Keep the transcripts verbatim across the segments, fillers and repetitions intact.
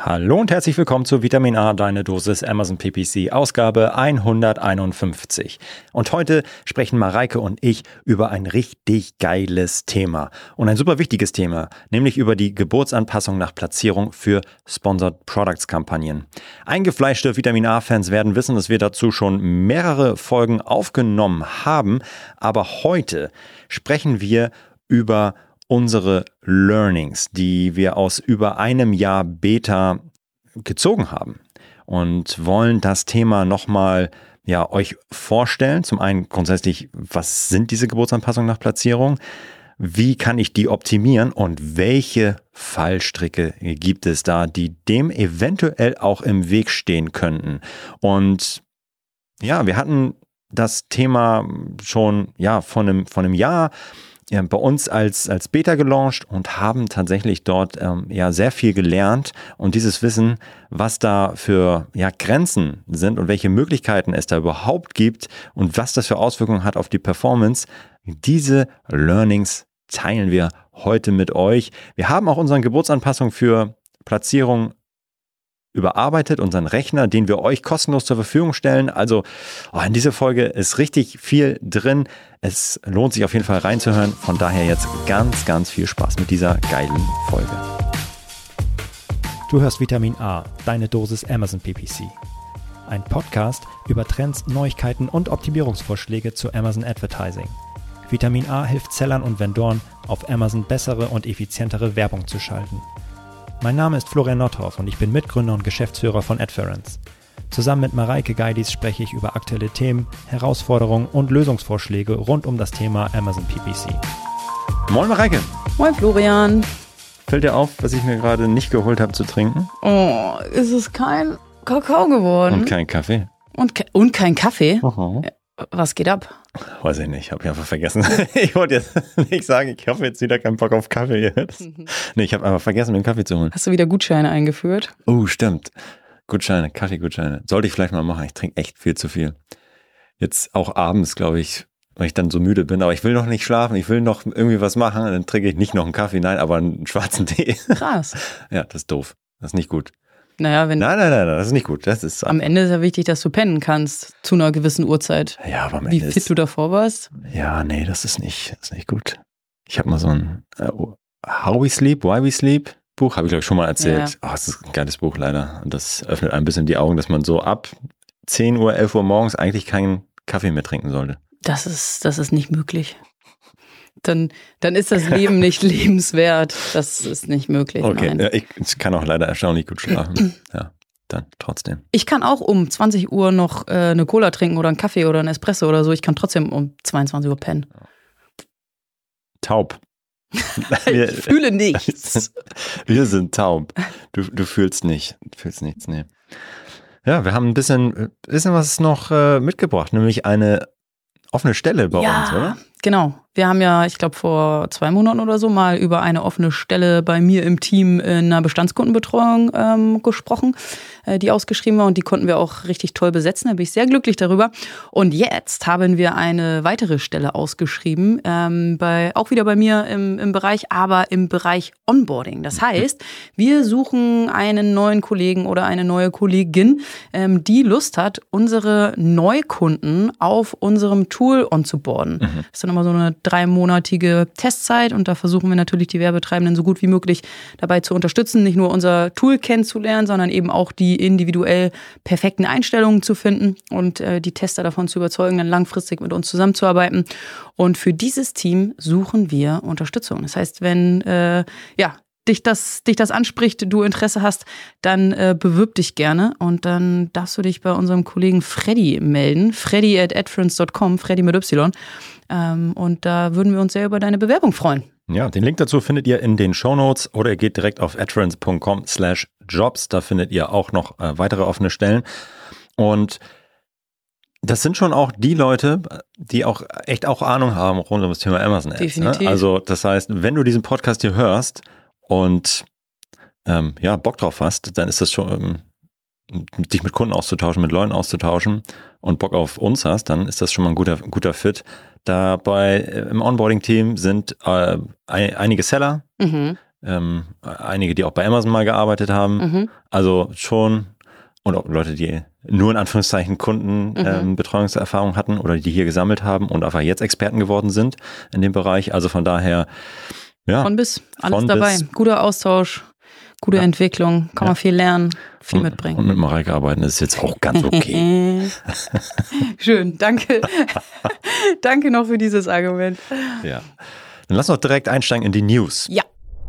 Hallo und herzlich willkommen zu Vitamin A, deine Dosis Amazon P P C, Ausgabe hunderteinundfünfzig. Und heute sprechen Mareike und ich über ein richtig geiles Thema und ein super wichtiges Thema, nämlich über die Geburtsanpassung nach Platzierung für Sponsored Products Kampagnen. Eingefleischte Vitamin A-Fans werden wissen, dass wir dazu schon mehrere Folgen aufgenommen haben, aber heute sprechen wir über unsere Learnings, die wir aus über einem Jahr Beta gezogen haben und wollen das Thema nochmal ja, euch vorstellen. Zum einen grundsätzlich, was sind diese Geburtsanpassungen nach Platzierung? Wie kann ich die optimieren und welche Fallstricke gibt es da, die dem eventuell auch im Weg stehen könnten? Und ja, wir hatten das Thema schon ja, von einem, von einem Jahr Ja, bei uns als, als Beta gelauncht und haben tatsächlich dort ähm, ja sehr viel gelernt und dieses Wissen, was da für ja, Grenzen sind und welche Möglichkeiten es da überhaupt gibt und was das für Auswirkungen hat auf die Performance, diese Learnings teilen wir heute mit euch. Wir haben auch unsere Geburtsanpassung für Platzierung überarbeitet, unseren Rechner, den wir euch kostenlos zur Verfügung stellen. Also oh, in dieser Folge ist richtig viel drin. Es lohnt sich auf jeden Fall reinzuhören. Von daher jetzt ganz, ganz viel Spaß mit dieser geilen Folge. Du hörst Vitamin A, deine Dosis Amazon P P C. Ein Podcast über Trends, Neuigkeiten und Optimierungsvorschläge zu Amazon Advertising. Vitamin A hilft Sellern und Vendoren, auf Amazon bessere und effizientere Werbung zu schalten. Mein Name ist Florian Nothoff und ich bin Mitgründer und Geschäftsführer von Adference. Zusammen mit Mareike Geidis spreche ich über aktuelle Themen, Herausforderungen und Lösungsvorschläge rund um das Thema Amazon P P C. Moin Mareike. Moin Florian. Fällt dir auf, was ich mir gerade nicht geholt habe zu trinken? Oh, ist es kein Kakao geworden? Und kein Kaffee. Und, ke- und kein Kaffee? Aha. Was geht ab? Weiß ich nicht, habe ich einfach vergessen. Ich wollte jetzt nicht sagen, ich habe jetzt wieder keinen Bock auf Kaffee jetzt. Nee, ich habe einfach vergessen, mir einen Kaffee zu holen. Hast du wieder Gutscheine eingeführt? Oh, stimmt. Gutscheine, Kaffeegutscheine. Sollte ich vielleicht mal machen, ich trinke echt viel zu viel. Jetzt auch abends, glaube ich, weil ich dann so müde bin. Aber ich will noch nicht schlafen, ich will noch irgendwie was machen. Dann trinke ich nicht noch einen Kaffee, nein, aber einen schwarzen Tee. Krass. Ja, das ist doof. Das ist nicht gut. Naja, wenn Nein, nein, nein, das ist nicht gut. Das ist am Ende ist ja wichtig, dass du pennen kannst zu einer gewissen Uhrzeit. Ja, aber am Wie Ende fit ist, du davor warst? Ja, nee, das ist nicht, das ist nicht gut. Ich habe mal so ein äh, How We Sleep, Why We Sleep Buch, habe ich glaube ich schon mal erzählt. Ja. Oh, das ist ein geiles Buch leider. Und das öffnet ein bisschen die Augen, dass man so ab zehn Uhr, elf Uhr morgens eigentlich keinen Kaffee mehr trinken sollte. Das ist, das ist nicht möglich. Dann, dann ist das Leben nicht lebenswert. Das ist nicht möglich. Okay, Nein. ja, ich, ich kann auch leider erstaunlich gut schlafen. Ja, dann trotzdem. Ich kann auch um zwanzig Uhr noch äh, eine Cola trinken oder einen Kaffee oder einen Espresso oder so. Ich kann trotzdem um zweiundzwanzig Uhr pennen. Taub. Ich fühle nichts. Wir sind taub. Du, du fühlst nicht. Du fühlst nichts, nee. Ja, wir haben ein bisschen, bisschen was noch äh, mitgebracht, nämlich eine offene Stelle bei ja, uns, oder? Genau. Wir haben ja, ich glaube, vor zwei Monaten oder so mal über eine offene Stelle bei mir im Team in einer Bestandskundenbetreuung ähm, gesprochen, äh, die ausgeschrieben war und die konnten wir auch richtig toll besetzen. Da bin ich sehr glücklich darüber. Und jetzt haben wir eine weitere Stelle ausgeschrieben, ähm, bei, auch wieder bei mir im, im Bereich, aber im Bereich Onboarding. Das heißt, wir suchen einen neuen Kollegen oder eine neue Kollegin, ähm, die Lust hat, unsere Neukunden auf unserem Tool onzuboarden. Mhm. Das ist dann immer so eine dreimonatige Testzeit und da versuchen wir natürlich die Werbetreibenden so gut wie möglich dabei zu unterstützen, nicht nur unser Tool kennenzulernen, sondern eben auch die individuell perfekten Einstellungen zu finden und äh, die Tester davon zu überzeugen, dann langfristig mit uns zusammenzuarbeiten. Und für dieses Team suchen wir Unterstützung. Das heißt, wenn äh, ja dich das, dich das anspricht, du Interesse hast, dann äh, bewirb dich gerne und dann darfst du dich bei unserem Kollegen Freddy melden. Freddy at adference dot com, Freddy mit Y. Ähm, und da würden wir uns sehr über deine Bewerbung freuen. Ja, den Link dazu findet ihr in den Shownotes oder ihr geht direkt auf adference dot com slash jobs. Da findet ihr auch noch äh, weitere offene Stellen. Und das sind schon auch die Leute, die auch echt auch Ahnung haben rund um das Thema Amazon Ads. Definitiv. Ne? Also das heißt, wenn du diesen Podcast hier hörst und ähm, ja, Bock drauf hast, dann ist das schon, ähm, dich mit Kunden auszutauschen, mit Leuten auszutauschen und Bock auf uns hast, dann ist das schon mal ein guter, guter Fit. Dabei im Onboarding-Team sind äh, ein, einige Seller, Mhm. ähm, einige, die auch bei Amazon mal gearbeitet haben. Mhm. Also schon, und auch Leute, die nur in Anführungszeichen Kundenbetreuungserfahrung mhm. ähm, hatten oder die hier gesammelt haben und einfach jetzt Experten geworden sind in dem Bereich. Also von daher, ja. Von bis, alles von dabei. Bis. Guter Austausch, gute ja. Entwicklung, kann ja. man viel lernen, viel und, mitbringen. Und mit Mareike arbeiten ist jetzt auch ganz okay. Schön, danke. Danke noch für dieses Argument. Ja. Dann lass uns doch direkt einsteigen in die News. Ja.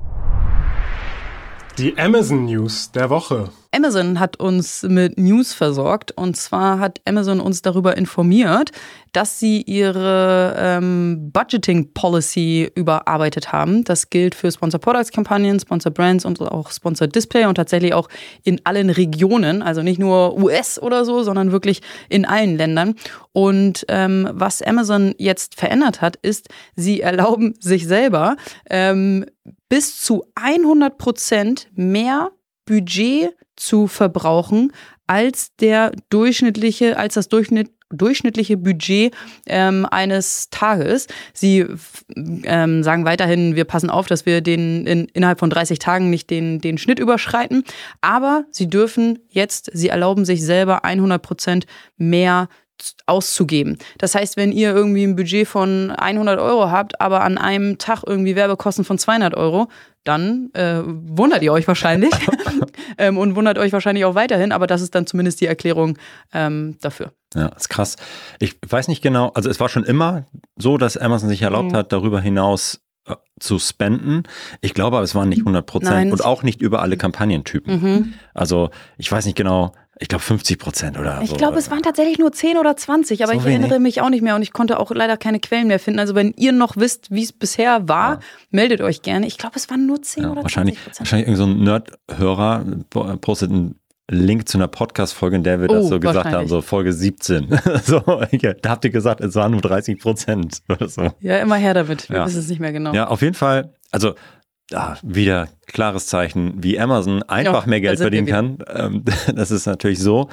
Die Amazon News der Woche. Amazon hat uns mit News versorgt und zwar hat Amazon uns darüber informiert, dass sie ihre ähm, Budgeting Policy überarbeitet haben. Das gilt für Sponsor Products Kampagnen, Sponsor Brands und auch Sponsor Display und tatsächlich auch in allen Regionen, also nicht nur U S oder so, sondern wirklich in allen Ländern. Und ähm, was Amazon jetzt verändert hat, ist, sie erlauben sich selber ähm, bis zu hundert Prozent mehr Budget zu verbrauchen als der durchschnittliche, als das Durchschnitt, durchschnittliche Budget ähm, eines Tages. Sie ähm, sagen weiterhin, wir passen auf, dass wir den in, innerhalb von dreißig Tagen nicht den, den Schnitt überschreiten. Aber sie dürfen jetzt, sie erlauben sich selber hundert Prozent mehr auszugeben. Das heißt, wenn ihr irgendwie ein Budget von hundert Euro habt, aber an einem Tag irgendwie Werbekosten von zweihundert Euro, dann äh, wundert ihr euch wahrscheinlich ähm, und wundert euch wahrscheinlich auch weiterhin, aber das ist dann zumindest die Erklärung ähm, dafür. Ja, ist krass. Ich weiß nicht genau, also es war schon immer so, dass Amazon sich erlaubt mhm. hat, darüber hinaus äh, zu spenden. Ich glaube aber, es waren nicht hundert Prozent und auch nicht über alle Kampagnentypen. Mhm. Also ich weiß nicht genau, ich glaube fünfzig Prozent oder ich so. Ich glaube, es waren tatsächlich nur zehn oder zwanzig, aber so ich wenig. erinnere mich auch nicht mehr und ich konnte auch leider keine Quellen mehr finden. Also wenn ihr noch wisst, wie es bisher war, ja. meldet euch gerne. Ich glaube, es waren nur zehn ja, oder wahrscheinlich, zwanzig Prozent. Wahrscheinlich irgend so ein Nerd-Hörer postet einen Link zu einer Podcast-Folge, in der wir das oh, so gesagt haben, so Folge siebzehn. so, okay. Da habt ihr gesagt, es waren nur dreißig Prozent oder so. Ja, immer her damit. Wir ja. wissen es nicht mehr genau. Ja, auf jeden Fall, also ja, wieder klares Zeichen, wie Amazon einfach ja, mehr Geld verdienen kann. Ähm, das ist natürlich so.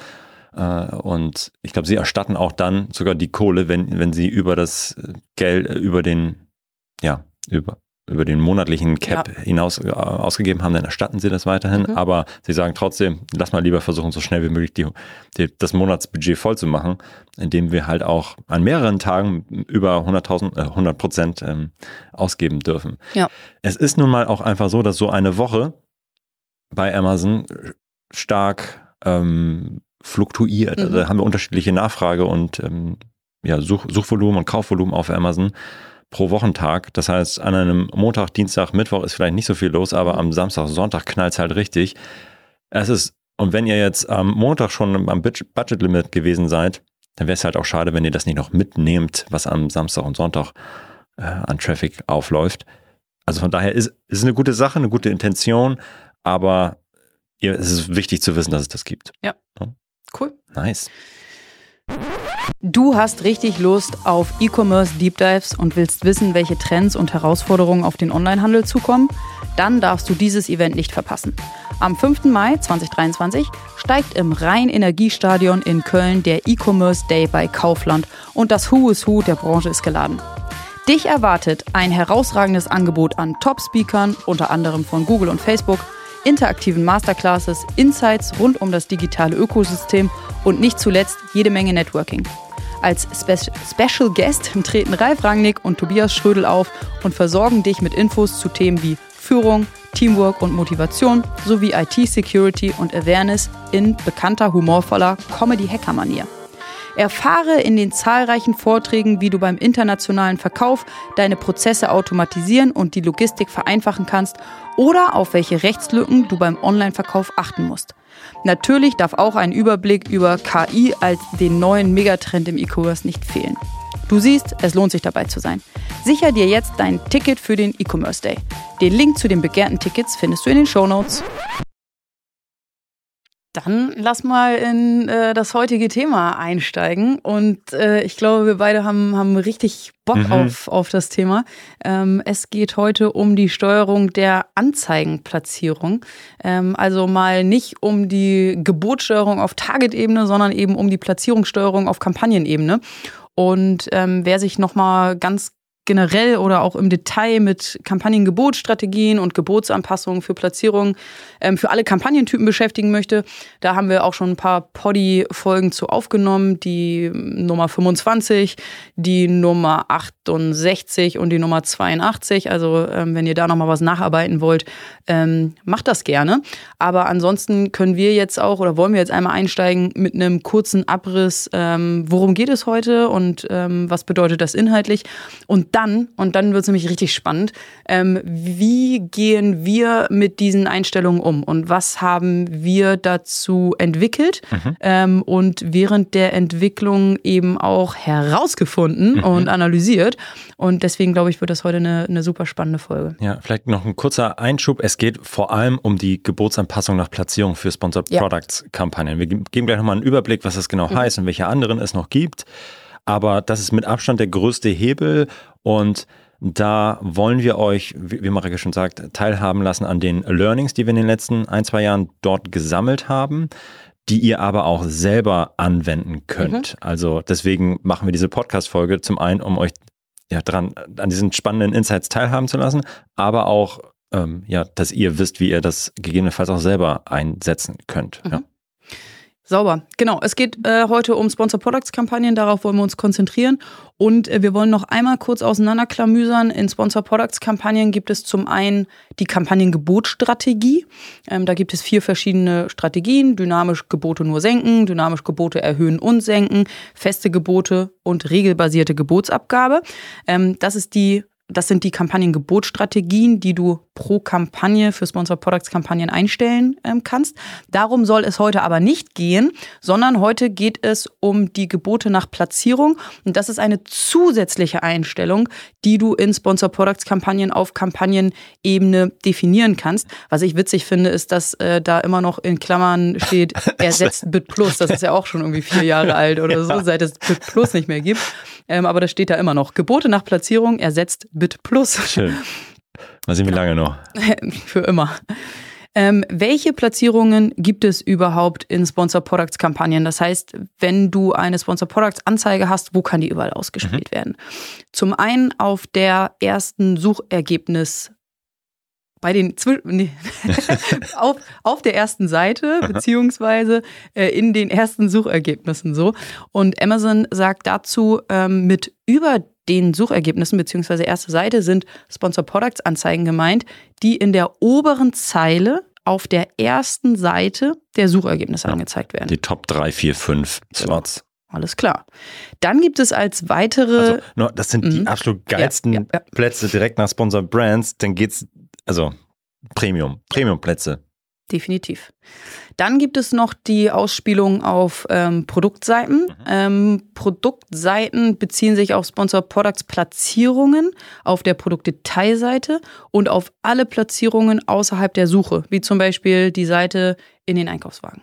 Und ich glaube, sie erstatten auch dann sogar die Kohle, wenn, wenn sie über das Geld, über den, ja, über, über den monatlichen Cap ja. hinaus äh, ausgegeben haben, dann erstatten sie das weiterhin. Mhm. Aber sie sagen trotzdem, lass mal lieber versuchen, so schnell wie möglich die, die, das Monatsbudget voll zu machen, indem wir halt auch an mehreren Tagen über hunderttausend, äh, hundert Prozent ähm, ausgeben dürfen. Ja. Es ist nun mal auch einfach so, dass so eine Woche bei Amazon stark ähm, fluktuiert. Mhm. Also da haben wir unterschiedliche Nachfrage und ähm, ja, Such, Suchvolumen und Kaufvolumen auf Amazon pro Wochentag. Das heißt, an einem Montag, Dienstag, Mittwoch ist vielleicht nicht so viel los, aber am Samstag, Sonntag knallt es halt richtig. Es ist, und wenn ihr jetzt am Montag schon am Budget-Limit gewesen seid, dann wäre es halt auch schade, wenn ihr das nicht noch mitnehmt, was am Samstag und Sonntag äh, an Traffic aufläuft. Also von daher ist es eine gute Sache, eine gute Intention, aber ja, es ist wichtig zu wissen, dass es das gibt. Ja. ja. Cool. Nice. Du hast richtig Lust auf E-Commerce Deep Dives und willst wissen, welche Trends und Herausforderungen auf den Onlinehandel zukommen? Dann darfst du dieses Event nicht verpassen. Am fünften Mai zweitausenddreiundzwanzig steigt im Rhein-Energiestadion in Köln der E-Commerce Day bei Kaufland und das Who is Who der Branche ist geladen. Dich erwartet ein herausragendes Angebot an Top-Speakern, unter anderem von Google und Facebook, interaktiven Masterclasses, Insights rund um das digitale Ökosystem und nicht zuletzt jede Menge Networking. Als Spe- Special Guest treten Ralf Rangnick und Tobias Schrödel auf und versorgen dich mit Infos zu Themen wie Führung, Teamwork und Motivation sowie I T-Security und Awareness in bekannter, humorvoller Comedy-Hacker-Manier. Erfahre in den zahlreichen Vorträgen, wie du beim internationalen Verkauf deine Prozesse automatisieren und die Logistik vereinfachen kannst oder auf welche Rechtslücken du beim Online-Verkauf achten musst. Natürlich darf auch ein Überblick über K I als den neuen Megatrend im E-Commerce nicht fehlen. Du siehst, es lohnt sich dabei zu sein. Sicher dir jetzt dein Ticket für den E-Commerce Day. Den Link zu den begehrten Tickets findest du in den Shownotes. Dann lass mal in äh, das heutige Thema einsteigen und äh, ich glaube, wir beide haben, haben richtig Bock mhm. auf, auf das Thema. Ähm, es geht heute um die Steuerung der Anzeigenplatzierung. Ähm, also mal nicht um die Gebotssteuerung auf Target-Ebene, sondern eben um die Platzierungssteuerung auf Kampagnenebene. Und ähm, wer sich nochmal ganz generell oder auch im Detail mit Kampagnengebotsstrategien und Gebotsanpassungen für Platzierungen ähm, für alle Kampagnentypen beschäftigen möchte, da haben wir auch schon ein paar Poddy-Folgen zu aufgenommen. Die Nummer fünfundzwanzig, die Nummer achtundsechzig und die Nummer zweiundachtzig. Also ähm, wenn ihr da nochmal was nacharbeiten wollt, ähm, macht das gerne. Aber ansonsten können wir jetzt auch oder wollen wir jetzt einmal einsteigen mit einem kurzen Abriss, ähm, worum geht es heute und ähm, was bedeutet das inhaltlich. Und dann, und dann wird es nämlich richtig spannend, ähm, wie gehen wir mit diesen Einstellungen um und was haben wir dazu entwickelt mhm. ähm, und während der Entwicklung eben auch herausgefunden mhm. und analysiert. Und deswegen glaube ich, wird das heute eine, eine super spannende Folge. Ja, vielleicht noch ein kurzer Einschub. Es geht vor allem um die Gebotsanpassung nach Platzierung für Sponsored ja. Products Kampagnen. Wir geben gleich nochmal einen Überblick, was das genau mhm. heißt und welche anderen es noch gibt. Aber das ist mit Abstand der größte Hebel und da wollen wir euch, wie Mareike schon sagt, teilhaben lassen an den Learnings, die wir in den letzten ein, zwei Jahren dort gesammelt haben, die ihr aber auch selber anwenden könnt. Mhm. Also deswegen machen wir diese Podcast-Folge zum einen, um euch ja, dran, an diesen spannenden Insights teilhaben zu lassen, aber auch, ähm, ja, dass ihr wisst, wie ihr das gegebenenfalls auch selber einsetzen könnt. Mhm. Ja. Sauber, genau. Es geht äh, heute um Sponsored Products Kampagnen, darauf wollen wir uns konzentrieren. Und äh, wir wollen noch einmal kurz auseinanderklamüsern. In Sponsored Products Kampagnen gibt es zum einen die Kampagnengebotsstrategie. Ähm, da gibt es vier verschiedene Strategien. Dynamisch Gebote nur senken, dynamisch Gebote erhöhen und senken, feste Gebote und regelbasierte Gebotsabgabe. Ähm, das ist die Das sind die Kampagnengebotsstrategien, die du pro Kampagne für Sponsored Products Kampagnen einstellen ähm, kannst. Darum soll es heute aber nicht gehen, sondern heute geht es um die Gebote nach Platzierung. Und das ist eine zusätzliche Einstellung, die du in Sponsored Products Kampagnen auf Kampagnenebene definieren kannst. Was ich witzig finde, ist, dass äh, da immer noch in Klammern steht, ersetzt Bit Plus. Das ist ja auch schon irgendwie vier Jahre alt oder so, ja. seit es Bit Plus nicht mehr gibt. Ähm, aber das steht da immer noch. Gebote nach Platzierung ersetzt Bit Plus. Schön. Mal sehen, wie lange noch. Für immer. Ähm, welche Platzierungen gibt es überhaupt in Sponsored Products Kampagnen? Das heißt, wenn du eine Sponsored Products Anzeige hast, wo kann die überall ausgespielt mhm. werden? Zum einen auf der ersten Suchergebnis Bei den nee. auf, auf der ersten Seite, beziehungsweise äh, in den ersten Suchergebnissen so. Und Amazon sagt dazu, ähm, mit über den Suchergebnissen, beziehungsweise erste Seite, sind Sponsored Products Anzeigen gemeint, die in der oberen Zeile auf der ersten Seite der Suchergebnisse ja, angezeigt werden. Die Top drei, vier, fünf Slots. Alles klar. Dann gibt es als weitere... Also, no, das sind die mhm. absolut geilsten ja, ja, ja. Plätze direkt nach Sponsored Brands. Dann geht's, also Premium, Premium-Plätze. Definitiv. Dann gibt es noch die Ausspielung auf ähm, Produktseiten. Mhm. Ähm, Produktseiten beziehen sich auf Sponsored Products Platzierungen auf der Produktdetailseite und auf alle Platzierungen außerhalb der Suche, wie zum Beispiel die Seite in den Einkaufswagen.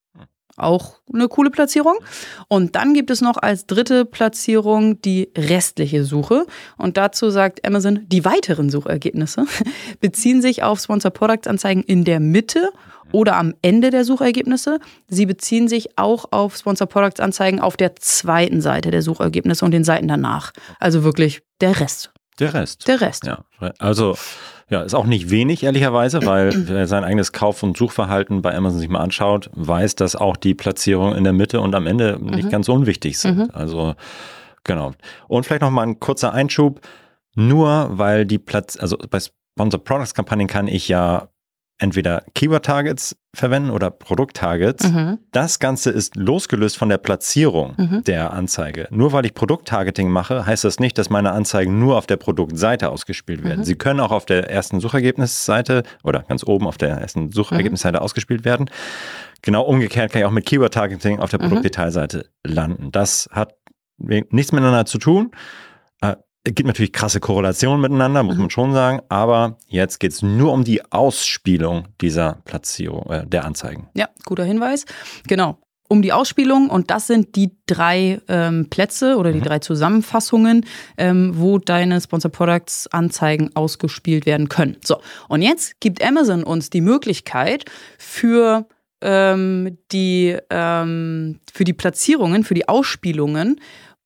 Auch eine coole Platzierung. Und dann gibt es noch als dritte Platzierung die restliche Suche. Und dazu sagt Amazon, die weiteren Suchergebnisse beziehen sich auf Sponsored Products Anzeigen in der Mitte oder am Ende der Suchergebnisse. Sie beziehen sich auch auf Sponsored Products Anzeigen auf der zweiten Seite der Suchergebnisse und den Seiten danach. Also wirklich der Rest. Der Rest. Der Rest. Ja, also ja, ist auch nicht wenig, ehrlicherweise, weil wer sein eigenes Kauf- und Suchverhalten bei Amazon sich mal anschaut, weiß, dass auch die Platzierungen in der Mitte und am Ende mhm. nicht ganz unwichtig sind. Mhm. Also, genau. Und vielleicht noch mal ein kurzer Einschub. Nur weil die Platz, also bei Sponsored Products Kampagnen kann ich ja entweder Keyword-Targets verwenden oder Produkt-Targets. Mhm. Das Ganze ist losgelöst von der Platzierung mhm. der Anzeige. Nur weil ich Produkt-Targeting mache, heißt das nicht, dass meine Anzeigen nur auf der Produktseite ausgespielt werden. Mhm. Sie können auch auf der ersten Suchergebnisseite oder ganz oben auf der ersten Suchergebnisseite mhm. ausgespielt werden. Genau umgekehrt kann ich auch mit Keyword-Targeting auf der mhm. Produktdetailseite landen. Das hat nichts miteinander zu tun. Es gibt natürlich krasse Korrelationen miteinander, muss man schon sagen, aber jetzt geht es nur um die Ausspielung dieser Platzierung, äh, der Anzeigen. Ja, guter Hinweis. Genau, um die Ausspielung und das sind die drei ähm, Plätze oder die mhm. drei Zusammenfassungen, ähm, wo deine Sponsored Products Anzeigen ausgespielt werden können. So, und jetzt gibt Amazon uns die Möglichkeit für ähm, die, ähm, für die Platzierungen, für die Ausspielungen,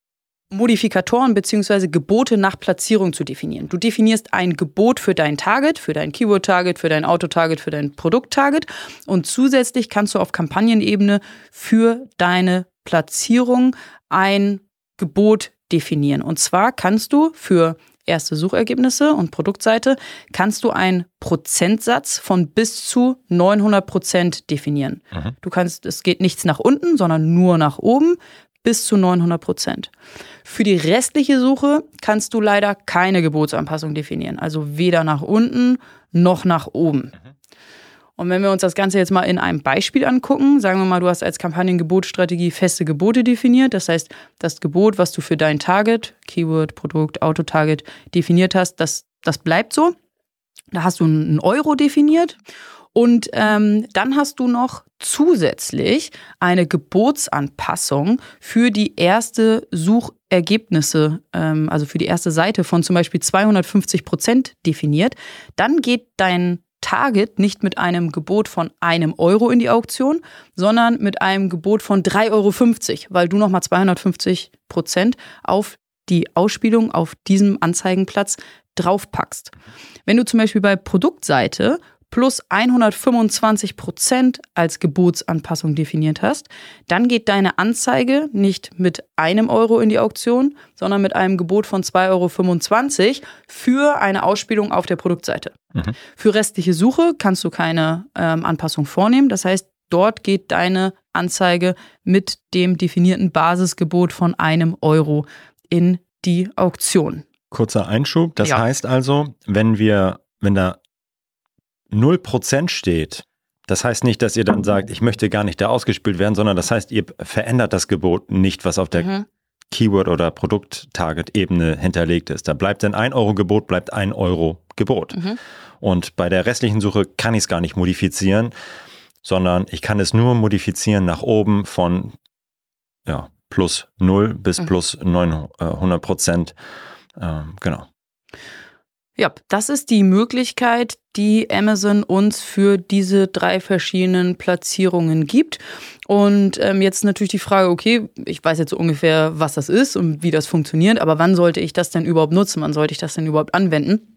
Modifikatoren bzw. Gebote nach Platzierung zu definieren. Du definierst ein Gebot für dein Target, für dein Keyword-Target, für dein Auto-Target, für dein Produkt-Target und zusätzlich kannst du auf Kampagnenebene für deine Platzierung ein Gebot definieren. Und zwar kannst du für erste Suchergebnisse und Produktseite kannst du einen Prozentsatz von bis zu neunhundert Prozent definieren. Mhm. Du kannst, es geht nichts nach unten, sondern nur nach oben. Bis zu neunhundert Prozent. Für die restliche Suche kannst du leider keine Gebotsanpassung definieren. Also weder nach unten noch nach oben. Und wenn wir uns das Ganze jetzt mal in einem Beispiel angucken, sagen wir mal, du hast als Kampagnengebotstrategie feste Gebote definiert. Das heißt, das Gebot, was du für dein Target, Keyword, Produkt, Auto-Target definiert hast, das, das bleibt so. Da hast du einen Euro definiert. Und ähm, dann hast du noch zusätzlich eine Gebotsanpassung für die erste Suchergebnisse, ähm, also für die erste Seite von zum Beispiel zweihundertfünfzig Prozent definiert. Dann geht dein Target nicht mit einem Gebot von einem Euro in die Auktion, sondern mit einem Gebot von drei Euro fünfzig, weil du nochmal zweihundertfünfzig Prozent auf die Ausspielung auf diesem Anzeigenplatz draufpackst. Wenn du zum Beispiel bei Produktseite plus hundertfünfundzwanzig Prozent als Gebotsanpassung definiert hast, dann geht deine Anzeige nicht mit einem Euro in die Auktion, sondern mit einem Gebot von zwei Euro fünfundzwanzig für eine Ausspielung auf der Produktseite. Mhm. Für restliche Suche kannst du keine ähm, Anpassung vornehmen. Das heißt, dort geht deine Anzeige mit dem definierten Basisgebot von einem Euro in die Auktion. Kurzer Einschub. Das ja. heißt also, wenn wir, wenn da null Prozent steht, das heißt nicht, dass ihr dann sagt, ich möchte gar nicht da ausgespielt werden, sondern das heißt, ihr verändert das Gebot nicht, was auf der mhm. Keyword- oder Produkt-Target-Ebene hinterlegt ist. Da bleibt dann ein Euro Gebot, bleibt ein Euro Gebot. Mhm. Und bei der restlichen Suche kann ich es gar nicht modifizieren, sondern ich kann es nur modifizieren nach oben von ja, plus null bis mhm. plus neunhundert Prozent. Ähm, genau. Ja, das ist die Möglichkeit, die Amazon uns für diese drei verschiedenen Platzierungen gibt. Und ähm, jetzt natürlich die Frage, okay, ich weiß jetzt so ungefähr, was das ist und wie das funktioniert, aber wann sollte ich das denn überhaupt nutzen? Wann sollte ich das denn überhaupt anwenden?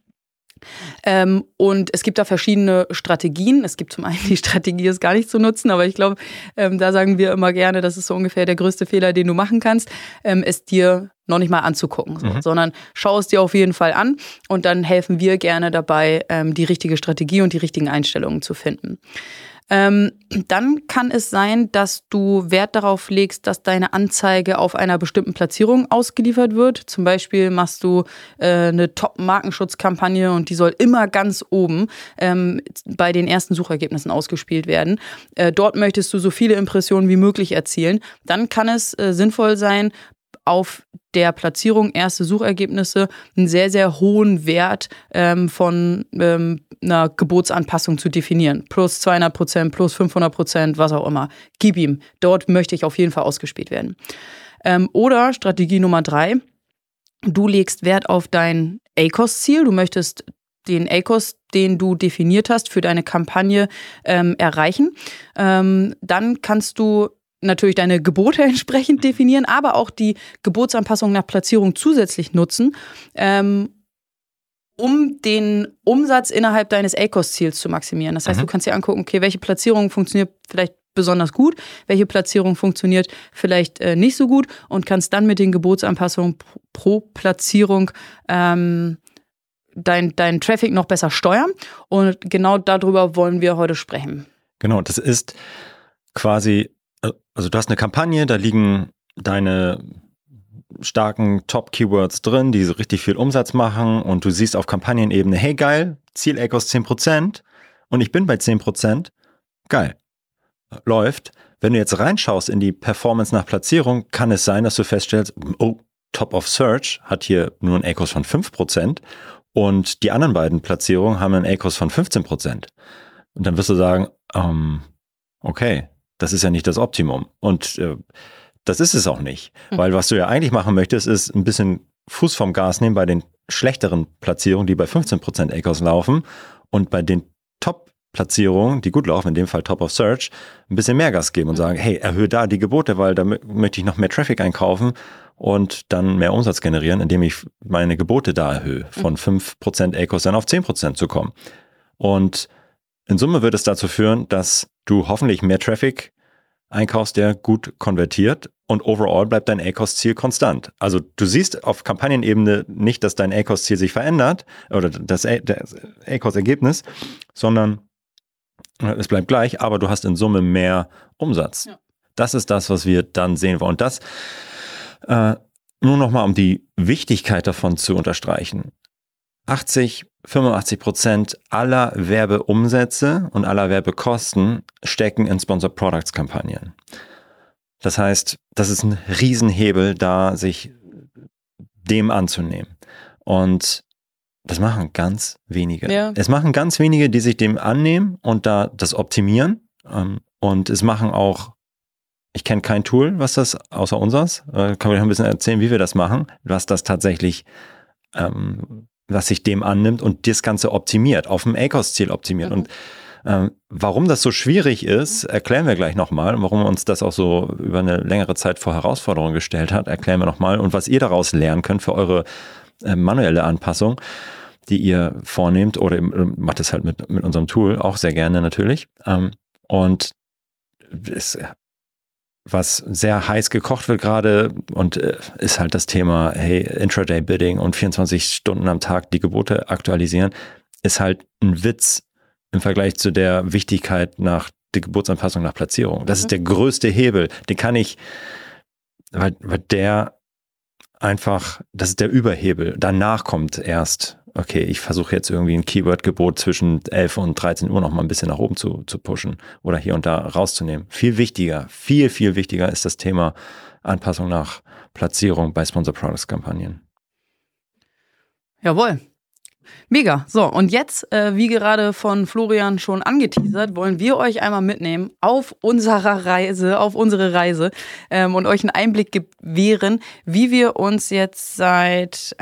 Ähm, und es gibt da verschiedene Strategien. Es gibt zum einen die Strategie, es gar nicht zu nutzen, aber ich glaube, ähm, da sagen wir immer gerne, das ist so ungefähr der größte Fehler, den du machen kannst, ähm, es dir noch nicht mal anzugucken, so, mhm. sondern schau es dir auf jeden Fall an und dann helfen wir gerne dabei, ähm, die richtige Strategie und die richtigen Einstellungen zu finden. Ähm, dann kann es sein, dass du Wert darauf legst, dass deine Anzeige auf einer bestimmten Platzierung ausgeliefert wird. Zum Beispiel machst du äh, eine Top-Markenschutzkampagne und die soll immer ganz oben ähm, bei den ersten Suchergebnissen ausgespielt werden. Äh, dort möchtest du so viele Impressionen wie möglich erzielen. Dann kann es äh, sinnvoll sein, auf der Platzierung erste Suchergebnisse einen sehr, sehr hohen Wert ähm, von ähm, einer Gebotsanpassung zu definieren. Plus zweihundert Prozent, plus fünfhundert Prozent, was auch immer. Gib ihm. Dort möchte ich auf jeden Fall ausgespielt werden. Ähm, oder Strategie Nummer drei, du legst Wert auf dein A C O S-Ziel. Du möchtest den A C O S, den du definiert hast, für deine Kampagne ähm, erreichen. Ähm, dann kannst du natürlich deine Gebote entsprechend definieren, aber auch die Gebotsanpassung nach Platzierung zusätzlich nutzen, ähm, um den Umsatz innerhalb deines A C O S-Ziels zu maximieren. Das heißt, mhm. du kannst dir angucken, okay, welche Platzierung funktioniert vielleicht besonders gut, welche Platzierung funktioniert vielleicht äh, nicht so gut und kannst dann mit den Gebotsanpassungen pro Platzierung ähm, dein, deinen Traffic noch besser steuern. Und genau darüber wollen wir heute sprechen. Genau, das ist quasi, also du hast eine Kampagne, da liegen deine starken Top-Keywords drin, die so richtig viel Umsatz machen und du siehst auf Kampagnenebene, hey geil, Ziel-A C O S zehn Prozent und ich bin bei zehn Prozent, geil, läuft. Wenn du jetzt reinschaust in die Performance nach Platzierung, kann es sein, dass du feststellst, oh, Top of Search hat hier nur ein A C O S von fünf Prozent und die anderen beiden Platzierungen haben einen A C O S von fünfzehn Prozent. Und dann wirst du sagen, ähm, okay, das ist ja nicht das Optimum. Und äh, das ist es auch nicht. Mhm. Weil was du ja eigentlich machen möchtest, ist ein bisschen Fuß vom Gas nehmen bei den schlechteren Platzierungen, die bei fünfzehn Prozent A C O S laufen. Und bei den Top Platzierungen, die gut laufen, in dem Fall Top of Search, ein bisschen mehr Gas geben und sagen, hey, erhöhe da die Gebote, weil da möchte ich noch mehr Traffic einkaufen und dann mehr Umsatz generieren, indem ich meine Gebote da erhöhe, von fünf Prozent A C O S dann auf zehn Prozent zu kommen. Und in Summe wird es dazu führen, dass du hoffentlich mehr Traffic einkaufst, der gut konvertiert und overall bleibt dein A C O S-Ziel konstant. Also du siehst auf Kampagnenebene nicht, dass dein A C O S-Ziel sich verändert oder das A C O S-Ergebnis, sondern es bleibt gleich, aber du hast in Summe mehr Umsatz. Ja. Das ist das, was wir dann sehen wollen. Und das äh, nur nochmal, um die Wichtigkeit davon zu unterstreichen. achtzig, fünfundachtzig Prozent aller Werbeumsätze und aller Werbekosten stecken in Sponsored Products Kampagnen. Das heißt, das ist ein Riesenhebel, da sich dem anzunehmen. Und das machen ganz wenige. Ja. Es machen ganz wenige, die sich dem annehmen und da das optimieren. Und es machen auch, ich kenne kein Tool, was das, außer unseres, kann ich ein bisschen erzählen, wie wir das machen, was das tatsächlich, ähm, was sich dem annimmt und das Ganze optimiert, auf dem A C O S-Ziel optimiert. Mhm. Und ähm, warum das so schwierig ist, erklären wir gleich nochmal. Warum uns das auch so über eine längere Zeit vor Herausforderungen gestellt hat, erklären wir nochmal. Und was ihr daraus lernen könnt für eure manuelle Anpassung, die ihr vornehmt, oder macht es halt mit, mit unserem Tool auch sehr gerne natürlich. Und es, was sehr heiß gekocht wird gerade und ist halt das Thema, hey, Intraday-Bidding und vierundzwanzig Stunden am Tag die Gebote aktualisieren, ist halt ein Witz im Vergleich zu der Wichtigkeit nach der Gebotsanpassung nach Platzierung. Das mhm. ist der größte Hebel. Den kann ich, weil, weil der einfach, das ist der Überhebel. Danach kommt erst, okay, ich versuche jetzt irgendwie ein Keyword-Gebot zwischen elf und dreizehn Uhr noch mal ein bisschen nach oben zu, zu pushen oder hier und da rauszunehmen. Viel wichtiger, viel, viel wichtiger ist das Thema Anpassung nach Platzierung bei Sponsored Products Kampagnen. Jawohl. Mega. So, und jetzt, äh, wie gerade von Florian schon angeteasert, wollen wir euch einmal mitnehmen auf unserer Reise, auf unsere Reise ähm, und euch einen Einblick gewähren, wie wir uns jetzt seit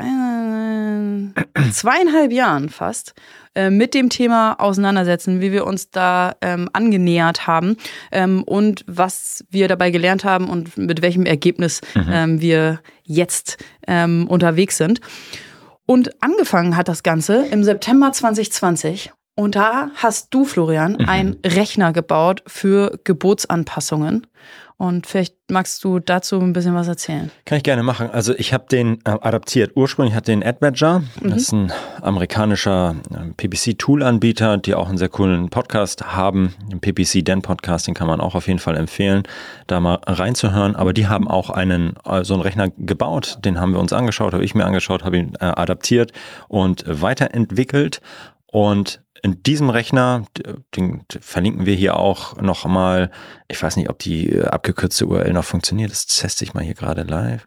äh, zweieinhalb Jahren fast äh, mit dem Thema auseinandersetzen, wie wir uns da ähm, angenähert haben ähm, und was wir dabei gelernt haben und mit welchem Ergebnis mhm. ähm, wir jetzt ähm, unterwegs sind. Und angefangen hat das Ganze im September zwanzig zwanzig. Und da hast du, Florian, mhm. einen Rechner gebaut für Gebotsanpassungen. Und vielleicht magst du dazu ein bisschen was erzählen. Kann ich gerne machen. Also ich habe den äh, adaptiert. Ursprünglich hat den AdManager. Mhm. Das ist ein amerikanischer äh, P P C-Tool-Anbieter, die auch einen sehr coolen Podcast haben. Den P P C-Den-Podcast, den kann man auch auf jeden Fall empfehlen, da mal reinzuhören. Aber die haben auch einen äh, so einen Rechner gebaut. Den haben wir uns angeschaut, habe ich mir angeschaut, habe ihn äh, adaptiert und weiterentwickelt. Und in diesem Rechner, den verlinken wir hier auch nochmal, ich weiß nicht, ob die abgekürzte U R L noch funktioniert, das teste ich mal hier gerade live.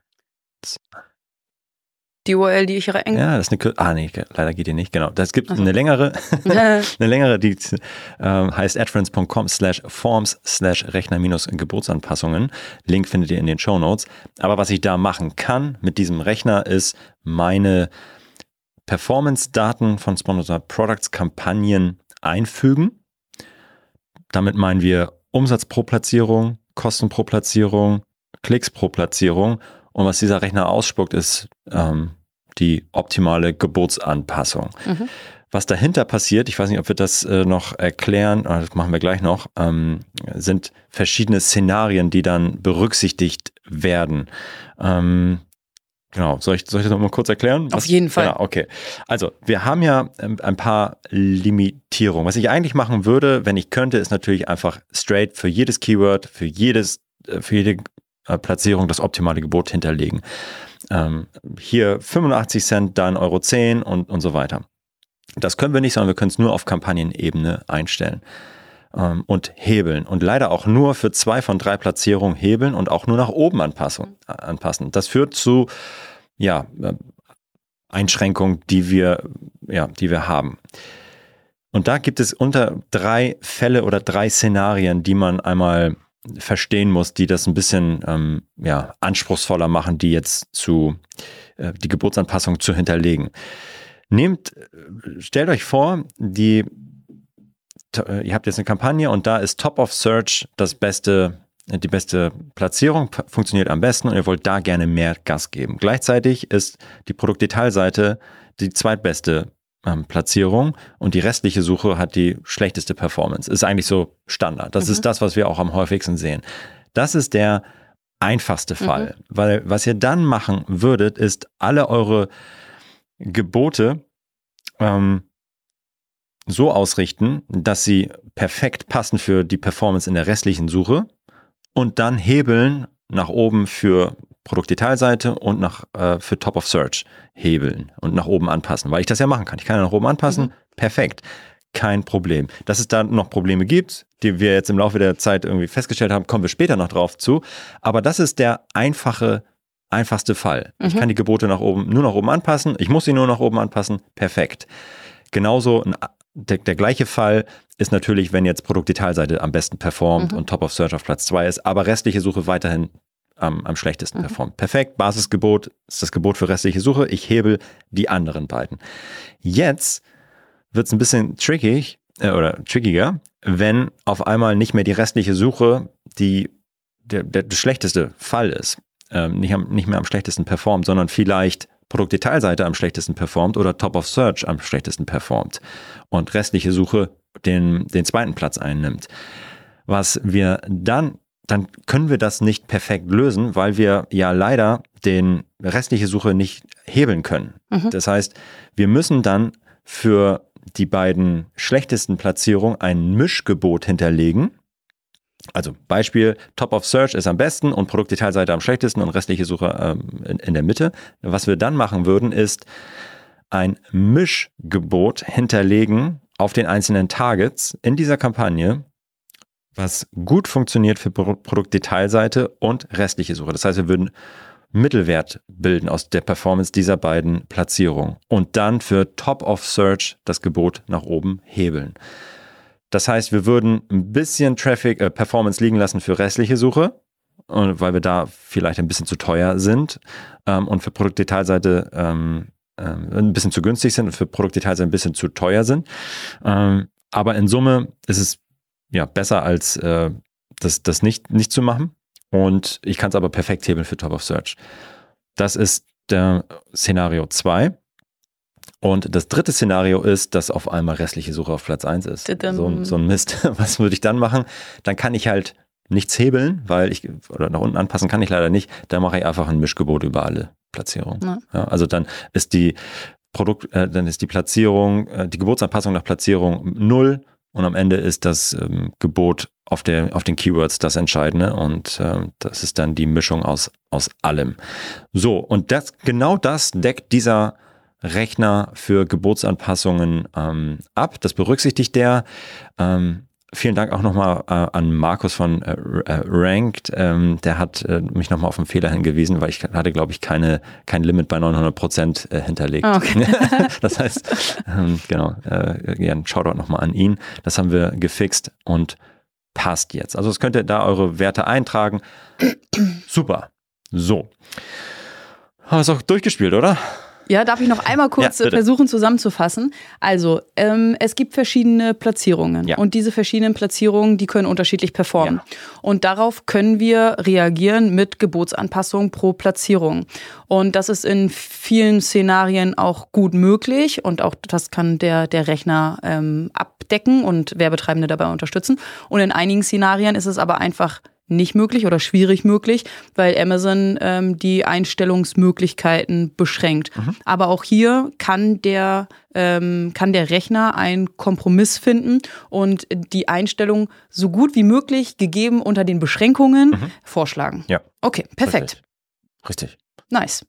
Die U R L, die ich reinge... Ja, das ist eine... Ah, nee, leider geht die nicht, genau. Das gibt eine längere, eine längere, die ähm, heißt adference.com slash forms slash Rechner minus Gebotsanpassungen. Link findet ihr in den Shownotes. Aber was ich da machen kann mit diesem Rechner ist, meine Performance-Daten von Sponsored Products Kampagnen einfügen. Damit meinen wir Umsatz pro Platzierung, Kosten pro Platzierung, Klicks pro Platzierung. Und was dieser Rechner ausspuckt, ist ähm, die optimale Gebotsanpassung. Mhm. Was dahinter passiert, ich weiß nicht, ob wir das äh, noch erklären, das machen wir gleich noch, ähm, sind verschiedene Szenarien, die dann berücksichtigt werden. Ähm, Genau, soll ich, soll ich das nochmal kurz erklären? Auf Was? jeden Fall. Ja, okay. Also, wir haben ja ein paar Limitierungen. Was ich eigentlich machen würde, wenn ich könnte, ist natürlich einfach straight für jedes Keyword, für jedes, für jede Platzierung das optimale Gebot hinterlegen. Ähm, hier fünfundachtzig Cent, dann Euro zehn und, und so weiter. Das können wir nicht, sondern wir können es nur auf Kampagnenebene einstellen. Und hebeln und leider auch nur für zwei von drei Platzierungen hebeln und auch nur nach oben anpassen. anpassen. Das führt zu ja, Einschränkungen, die wir, ja, die wir haben. Und da gibt es unter drei Fälle oder drei Szenarien, die man einmal verstehen muss, die das ein bisschen ähm, ja, anspruchsvoller machen, die jetzt zu äh, die Gebotsanpassung zu hinterlegen. Nehmt, stellt euch vor, die ihr habt jetzt eine Kampagne und da ist Top of Search das beste, die beste Platzierung, funktioniert am besten und ihr wollt da gerne mehr Gas geben. Gleichzeitig ist die Produktdetailseite die zweitbeste ähm, Platzierung und die restliche Suche hat die schlechteste Performance. Ist eigentlich so Standard. Das mhm. ist das, was wir auch am häufigsten sehen. Das ist der einfachste Fall, mhm. weil was ihr dann machen würdet, ist alle eure Gebote ähm, so ausrichten, dass sie perfekt passen für die Performance in der restlichen Suche und dann hebeln nach oben für Produktdetailseite und nach, äh, für Top of Search hebeln und nach oben anpassen, weil ich das ja machen kann. Ich kann ja nach oben anpassen, mhm. perfekt, kein Problem. Dass es da noch Probleme gibt, die wir jetzt im Laufe der Zeit irgendwie festgestellt haben, kommen wir später noch drauf zu, aber das ist der einfache, einfachste Fall. Mhm. Ich kann die Gebote nach oben, nur nach oben anpassen, ich muss sie nur nach oben anpassen, perfekt. Genauso ein Der, der gleiche Fall ist natürlich, wenn jetzt Produktdetailseite am besten performt mhm. und Top of Search auf Platz zwei ist, aber restliche Suche weiterhin am, am schlechtesten mhm. performt. Perfekt, Basisgebot ist das Gebot für restliche Suche. Ich hebel die anderen beiden. Jetzt wird es ein bisschen tricky äh, oder trickiger, wenn auf einmal nicht mehr die restliche Suche die, der, der, der schlechteste Fall ist. Ähm, nicht, am, nicht mehr am schlechtesten performt, sondern vielleicht Produktdetailseite am schlechtesten performt oder Top of Search am schlechtesten performt und restliche Suche den, den zweiten Platz einnimmt. Was wir dann, dann können wir das nicht perfekt lösen, weil wir ja leider den restliche Suche nicht hebeln können. Mhm. Das heißt, wir müssen dann für die beiden schlechtesten Platzierungen ein Mischgebot hinterlegen. Also Beispiel, Top of Search ist am besten und Produktdetailseite am schlechtesten und restliche Suche ähm, in, in der Mitte. Was wir dann machen würden, ist ein Mischgebot hinterlegen auf den einzelnen Targets in dieser Kampagne, was gut funktioniert für Pro- Produktdetailseite und restliche Suche. Das heißt, wir würden Mittelwert bilden aus der Performance dieser beiden Platzierungen und dann für Top of Search das Gebot nach oben hebeln. Das heißt, wir würden ein bisschen Traffic, äh, Performance liegen lassen für restliche Suche, weil wir da vielleicht ein bisschen zu teuer sind ähm, und für Produktdetailseite ähm, ähm, ein bisschen zu günstig sind und für Produktdetailseite ein bisschen zu teuer sind. Ähm, aber in Summe ist es ja besser, als äh, das, das nicht, nicht zu machen. Und ich kann es aber perfekt hebeln für Top of Search. Das ist der Szenario zwei. Und das dritte Szenario ist, dass auf einmal restliche Suche auf Platz eins ist. So, so ein Mist. Was würde ich dann machen? Dann kann ich halt nichts hebeln, weil ich, oder nach unten anpassen kann ich leider nicht. Dann mache ich einfach ein Mischgebot über alle Platzierungen. Ja. Ja, also dann ist die Produkt, äh, dann ist die Platzierung, äh, die Gebotsanpassung nach Platzierung null und am Ende ist das ähm, Gebot auf, der, auf den Keywords das Entscheidende und ähm, das ist dann die Mischung aus, aus allem. So, und das, genau das deckt dieser Rechner für Gebotsanpassungen ähm, ab. Das berücksichtigt der. Ähm, vielen Dank auch nochmal äh, an Markus von äh, Ranked. Ähm, der hat äh, mich nochmal auf einen Fehler hingewiesen, weil ich hatte, glaube ich, keine, kein Limit bei neunhundert Prozent äh, hinterlegt. Okay. Das heißt, ähm, genau, äh, ja, ein Shoutout nochmal an ihn. Das haben wir gefixt und passt jetzt. Also das könnt ihr da eure Werte eintragen. Super. So. Haben wir es auch durchgespielt, oder? Ja, darf ich noch einmal kurz ja, versuchen zusammenzufassen? Also, ähm, es gibt verschiedene Platzierungen ja. und diese verschiedenen Platzierungen, die können unterschiedlich performen. Ja. Und darauf können wir reagieren mit Gebotsanpassungen pro Platzierung. Und das ist in vielen Szenarien auch gut möglich und auch das kann der, der Rechner ähm, abdecken und Werbetreibende dabei unterstützen. Und in einigen Szenarien ist es aber einfach nicht möglich oder schwierig möglich, weil Amazon ähm, die Einstellungsmöglichkeiten beschränkt. Mhm. Aber auch hier kann der, ähm, kann der Rechner einen Kompromiss finden und die Einstellung so gut wie möglich, gegeben unter den Beschränkungen, mhm. vorschlagen. Ja. Okay, perfekt. Richtig. Richtig. Nice.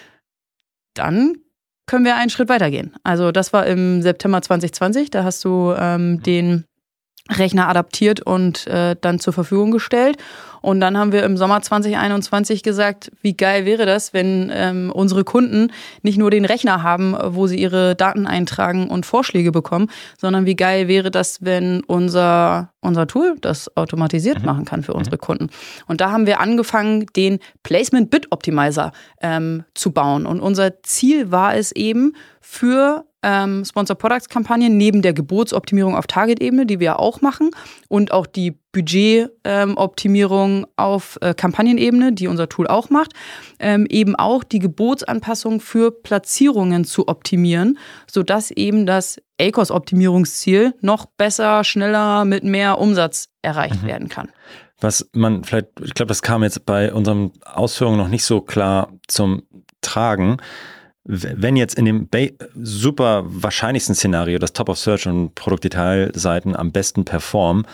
Dann können wir einen Schritt weitergehen. Also das war im September zwanzig zwanzig, da hast du ähm, mhm. den Rechner adaptiert und äh, dann zur Verfügung gestellt. Und dann haben wir im Sommer zwanzig einundzwanzig gesagt, wie geil wäre das, wenn ähm, unsere Kunden nicht nur den Rechner haben, wo sie ihre Daten eintragen und Vorschläge bekommen, sondern wie geil wäre das, wenn unser, unser Tool das automatisiert mhm. machen kann für unsere Kunden. Und da haben wir angefangen, den Placement Bid Optimizer ähm, zu bauen. Und unser Ziel war es eben, für ähm, Sponsor Products Kampagnen neben der Gebotsoptimierung auf Target-Ebene, die wir ja auch machen, und auch die Budgetoptimierung ähm, auf äh, Kampagnenebene, die unser Tool auch macht, ähm, eben auch die Gebotsanpassung für Platzierungen zu optimieren, sodass eben das A C O S-Optimierungsziel noch besser, schneller, mit mehr Umsatz erreicht mhm. werden kann. Was man vielleicht, ich glaube, das kam jetzt bei unseren Ausführungen noch nicht so klar zum Tragen. Wenn jetzt in dem ba- super wahrscheinlichsten Szenario das Top of Search und Produktdetailseiten am besten performen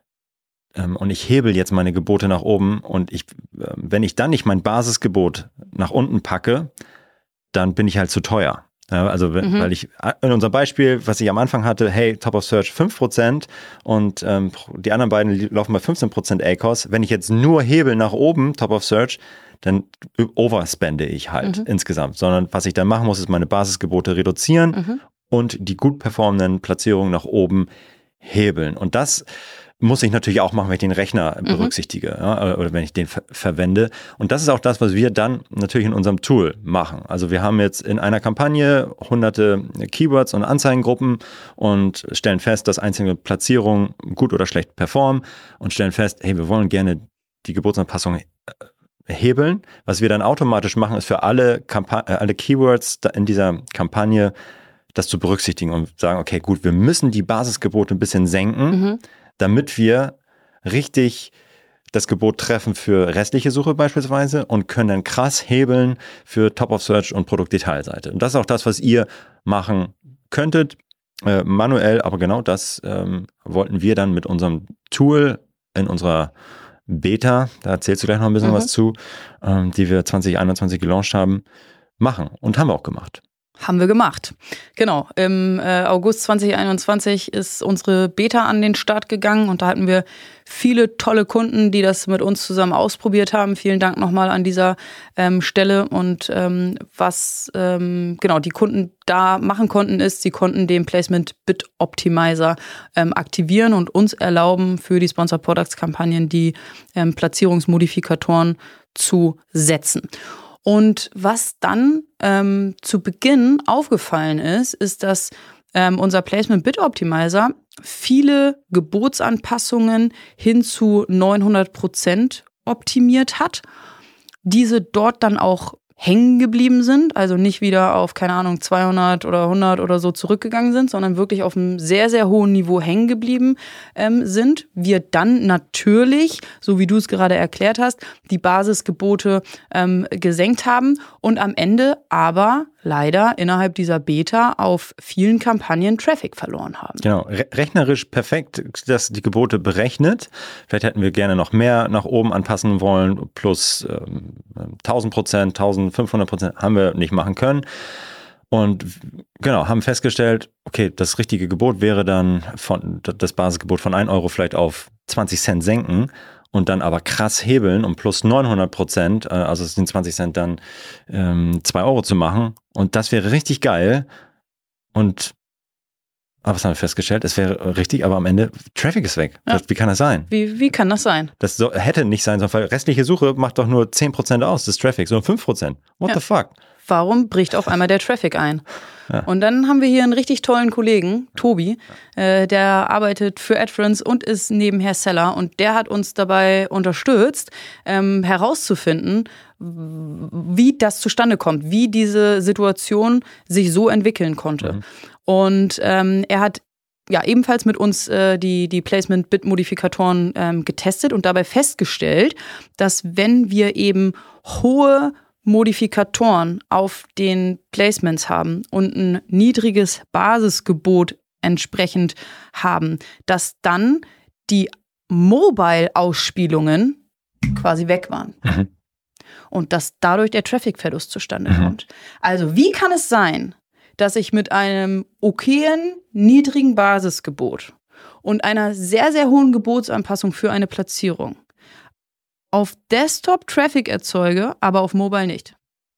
ähm, und ich hebel jetzt meine Gebote nach oben und ich, äh, wenn ich dann nicht mein Basisgebot nach unten packe, dann bin ich halt zu teuer. Ja, also mhm. weil ich in unserem Beispiel, was ich am Anfang hatte, hey, Top of Search fünf Prozent und ähm, die anderen beiden laufen bei fünfzehn Prozent A C O S. Wenn ich jetzt nur hebel nach oben, Top of Search, dann overspende ich halt mhm. insgesamt. Sondern was ich dann machen muss, ist meine Basisgebote reduzieren mhm. und die gut performenden Platzierungen nach oben hebeln. Und das muss ich natürlich auch machen, wenn ich den Rechner mhm. berücksichtige, ja, oder wenn ich den ver- verwende. Und das ist auch das, was wir dann natürlich in unserem Tool machen. Also wir haben jetzt in einer Kampagne hunderte Keywords und Anzeigengruppen und stellen fest, dass einzelne Platzierungen gut oder schlecht performen und stellen fest, hey, wir wollen gerne die Gebotsanpassung hebeln. Was wir dann automatisch machen, ist für alle, Kampa- äh, alle Keywords in dieser Kampagne das zu berücksichtigen und sagen, okay, gut, wir müssen die Basisgebote ein bisschen senken, mhm. damit wir richtig das Gebot treffen für restliche Suche beispielsweise und können dann krass hebeln für Top of Search und Produktdetailseite. Und das ist auch das, was ihr machen könntet, äh, manuell, aber genau das ähm, wollten wir dann mit unserem Tool in unserer Beta, da erzählst du gleich noch ein bisschen mhm. was zu, ähm, die wir zwanzig einundzwanzig gelauncht haben, machen und haben wir auch gemacht. Haben wir gemacht. Genau, im äh, August zwanzig einundzwanzig ist unsere Beta an den Start gegangen und da hatten wir viele tolle Kunden, die das mit uns zusammen ausprobiert haben. Vielen Dank nochmal an dieser ähm, Stelle. Und ähm, was ähm, genau die Kunden da machen konnten, ist, sie konnten den Placement Bid Optimizer ähm, aktivieren und uns erlauben, für die Sponsor Products Kampagnen die ähm, Platzierungsmodifikatoren zu setzen. Und was dann ähm, zu Beginn aufgefallen ist, ist, dass ähm, unser Placement Bid Optimizer viele Gebotsanpassungen hin zu neunhundert Prozent optimiert hat, diese dort dann auch hängen geblieben sind, also nicht wieder auf, keine Ahnung, zweihundert oder hundert oder so zurückgegangen sind, sondern wirklich auf einem sehr, sehr hohen Niveau hängen geblieben ähm, sind. Wir dann natürlich, so wie du es gerade erklärt hast, die Basisgebote ähm, gesenkt haben und am Ende aber leider innerhalb dieser Beta auf vielen Kampagnen Traffic verloren haben. Genau, re- rechnerisch perfekt, dass die Gebote berechnet. Vielleicht hätten wir gerne noch mehr nach oben anpassen wollen, plus ähm, tausend Prozent, eintausendfünfhundert Prozent haben wir nicht machen können. Und genau, haben festgestellt, okay, das richtige Gebot wäre dann von das Basisgebot von ein Euro vielleicht auf zwanzig Cent senken. Und dann aber krass hebeln um plus neunhundert Prozent, also es sind zwanzig Cent dann ähm, zwei Euro zu machen. Und das wäre richtig geil. Und aber was haben wir festgestellt? Es wäre richtig, aber am Ende, Traffic ist weg. Ja. Wie kann das sein? Wie, wie kann das sein? Das so, hätte nicht sein sollen, weil restliche Suche macht doch nur zehn Prozent aus des Traffics, sondern fünf Prozent. What ja. the fuck? Warum bricht auf einmal der Traffic ein? Ja. Und dann haben wir hier einen richtig tollen Kollegen, Tobi, äh, der arbeitet für AdFriends und ist nebenher Seller und der hat uns dabei unterstützt, ähm, herauszufinden, wie das zustande kommt, wie diese Situation sich so entwickeln konnte. Mhm. Und ähm, er hat ja ebenfalls mit uns äh, die, die Placement-Bid-Modifikatoren ähm, getestet und dabei festgestellt, dass wenn wir eben hohe Modifikatoren auf den Placements haben und ein niedriges Basisgebot entsprechend haben, dass dann die Mobile-Ausspielungen quasi weg waren. Mhm. Und dass dadurch der Traffic-Verlust zustande mhm. kommt. Also wie kann es sein, dass ich mit einem okayen, niedrigen Basisgebot und einer sehr, sehr hohen Gebotsanpassung für eine Platzierung auf Desktop Traffic erzeuge, aber auf Mobile nicht?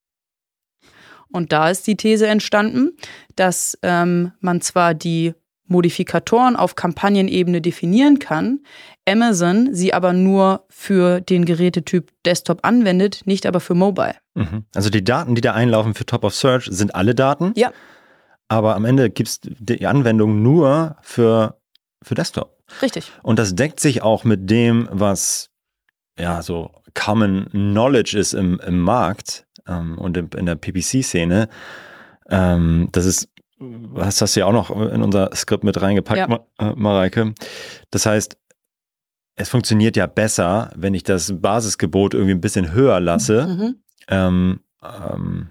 Und da ist die These entstanden, dass ähm, man zwar die Modifikatoren auf Kampagnenebene definieren kann, Amazon sie aber nur für den Gerätetyp Desktop anwendet, nicht aber für Mobile. Mhm. Also die Daten, die da einlaufen für Top of Search, sind alle Daten? Ja. aber am Ende gibt es die Anwendung nur für, für Desktop. Richtig. Und das deckt sich auch mit dem, was ja so Common Knowledge ist im, im Markt ähm, und in, in der P P C-Szene. Ähm, das ist, das hast du ja auch noch in unser Skript mit reingepackt, ja. Ma- äh, Mareike. Das heißt, es funktioniert ja besser, wenn ich das Basisgebot irgendwie ein bisschen höher lasse. Mhm. Ähm, ähm,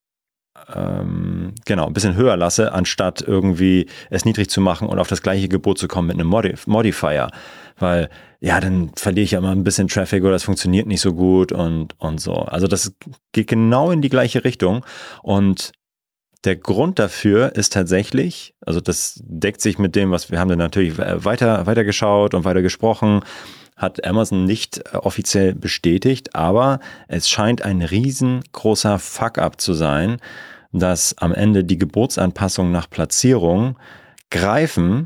ähm, genau, ein bisschen höher lasse, anstatt irgendwie es niedrig zu machen und auf das gleiche Gebot zu kommen mit einem Modif- Modifier. Weil, ja, dann verliere ich ja immer ein bisschen Traffic oder es funktioniert nicht so gut und, und so. Also das geht genau in die gleiche Richtung. Und der Grund dafür ist tatsächlich, also das deckt sich mit dem, was wir haben dann natürlich weiter, weiter geschaut und weiter gesprochen, hat Amazon nicht offiziell bestätigt, aber es scheint ein riesengroßer Fuck-up zu sein, dass am Ende die Gebotsanpassungen nach Platzierung greifen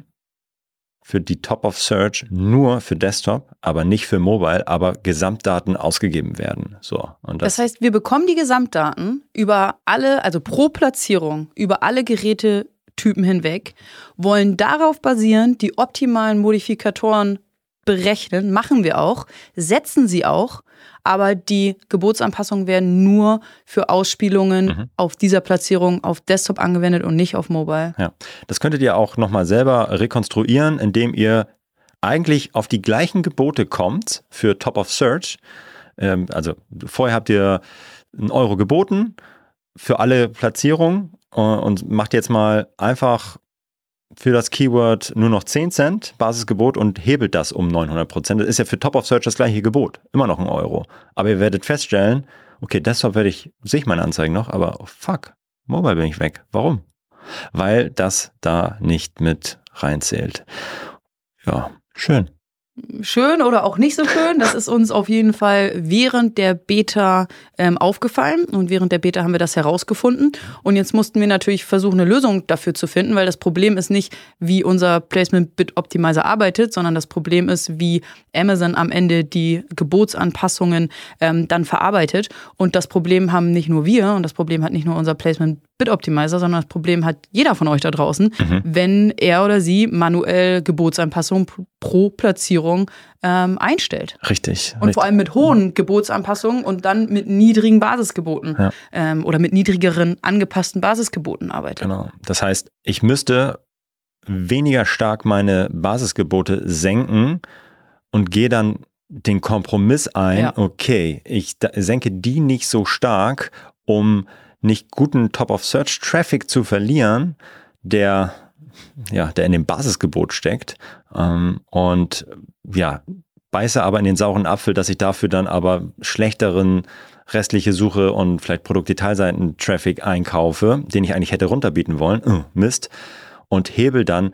für die Top of Search nur für Desktop, aber nicht für Mobile, aber Gesamtdaten ausgegeben werden. So, und das, das heißt, wir bekommen die Gesamtdaten über alle, also pro Platzierung, über alle Gerätetypen hinweg, wollen darauf basierend die optimalen Modifikatoren berechnen, machen wir auch, setzen sie auch, aber die Gebotsanpassungen werden nur für Ausspielungen mhm. auf dieser Platzierung auf Desktop angewendet und nicht auf Mobile. Ja, das könntet ihr auch nochmal selber rekonstruieren, indem ihr eigentlich auf die gleichen Gebote kommt für Top of Search. Ähm, also vorher habt ihr einen Euro geboten für alle Platzierungen äh, und macht jetzt mal einfach für das Keyword nur noch zehn Cent Basisgebot und hebelt das um neunhundert Prozent. Das ist ja für Top of Search das gleiche Gebot. Immer noch ein Euro. Aber ihr werdet feststellen, okay, Desktop werde ich, sehe ich meine Anzeigen noch, aber oh fuck, Mobile bin ich weg. Warum? Weil das da nicht mit reinzählt. Ja, schön. Schön oder auch nicht so schön, das ist uns auf jeden Fall während der Beta ähm, aufgefallen und während der Beta haben wir das herausgefunden und jetzt mussten wir natürlich versuchen, eine Lösung dafür zu finden, weil das Problem ist nicht, wie unser Placement Bid Optimizer arbeitet, sondern das Problem ist, wie Amazon am Ende die Gebotsanpassungen ähm, dann verarbeitet und das Problem haben nicht nur wir und das Problem hat nicht nur unser Placement Bid Optimizer, sondern das Problem hat jeder von euch da draußen, mhm. wenn er oder sie manuell Gebotsanpassungen pro Platzierung ähm, einstellt. Richtig. Und richtig. vor allem mit hohen Gebotsanpassungen und dann mit niedrigen Basisgeboten ja. ähm, oder mit niedrigeren angepassten Basisgeboten arbeitet. Genau. Das heißt, ich müsste weniger stark meine Basisgebote senken und gehe dann den Kompromiss ein, ja. okay, ich da, senke die nicht so stark, um nicht guten Top-of-Search-Traffic zu verlieren, der, ja, der in dem Basisgebot steckt ähm, und ja, beiße aber in den sauren Apfel, dass ich dafür dann aber schlechteren restliche Suche und vielleicht Produktdetailseiten-Traffic einkaufe, den ich eigentlich hätte runterbieten wollen, uh, Mist, und hebel dann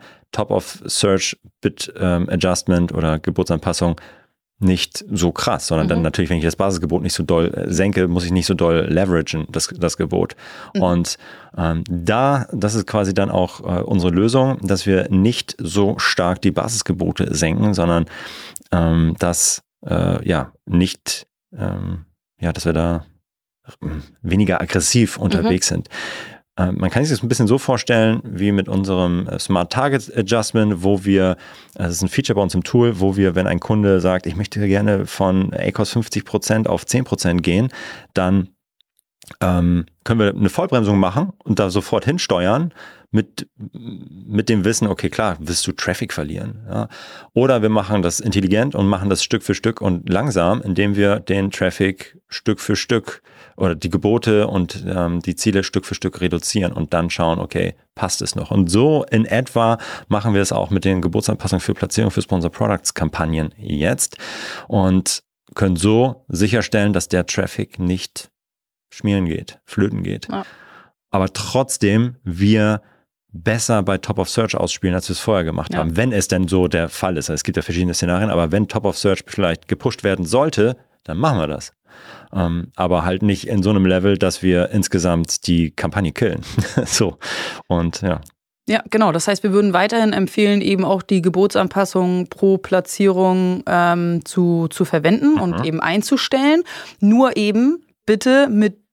Top-of-Search-Bit-Adjustment ähm, oder Gebotsanpassung nicht so krass, sondern mhm. dann natürlich, wenn ich das Basisgebot nicht so doll senke, muss ich nicht so doll leveragen, das, das Gebot. Mhm. Und ähm, da, das ist quasi dann auch äh, unsere Lösung, dass wir nicht so stark die Basisgebote senken, sondern ähm, dass äh, ja nicht, ähm, ja, dass wir da weniger aggressiv unterwegs mhm. sind. Man kann sich das ein bisschen so vorstellen, wie mit unserem Smart Target Adjustment, wo wir, das ist ein Feature bei uns im Tool, wo wir, wenn ein Kunde sagt, ich möchte gerne von A C O S fünfzig Prozent auf zehn Prozent gehen, dann ähm, können wir eine Vollbremsung machen und da sofort hinsteuern mit, mit dem Wissen, okay, klar, wirst du Traffic verlieren. Ja? Oder wir machen das intelligent und machen das Stück für Stück und langsam, indem wir den Traffic Stück für Stück oder die Gebote und ähm, die Ziele Stück für Stück reduzieren und dann schauen, okay, passt es noch? Und so in etwa machen wir es auch mit den Gebotsanpassungen für Platzierung für Sponsor Products Kampagnen jetzt und können so sicherstellen, dass der Traffic nicht schmieren geht, flöten geht. Ja. Aber trotzdem wir besser bei Top of Search ausspielen, als wir es vorher gemacht ja. haben, wenn es denn so der Fall ist. Also es gibt ja verschiedene Szenarien, aber wenn Top of Search vielleicht gepusht werden sollte, dann machen wir das. Ähm, aber halt nicht in so einem Level, dass wir insgesamt die Kampagne killen. so. Und ja. Ja, genau. Das heißt, wir würden weiterhin empfehlen, eben auch die Gebotsanpassung pro Platzierung ähm, zu, zu verwenden mhm. und eben einzustellen. Nur eben bitte mit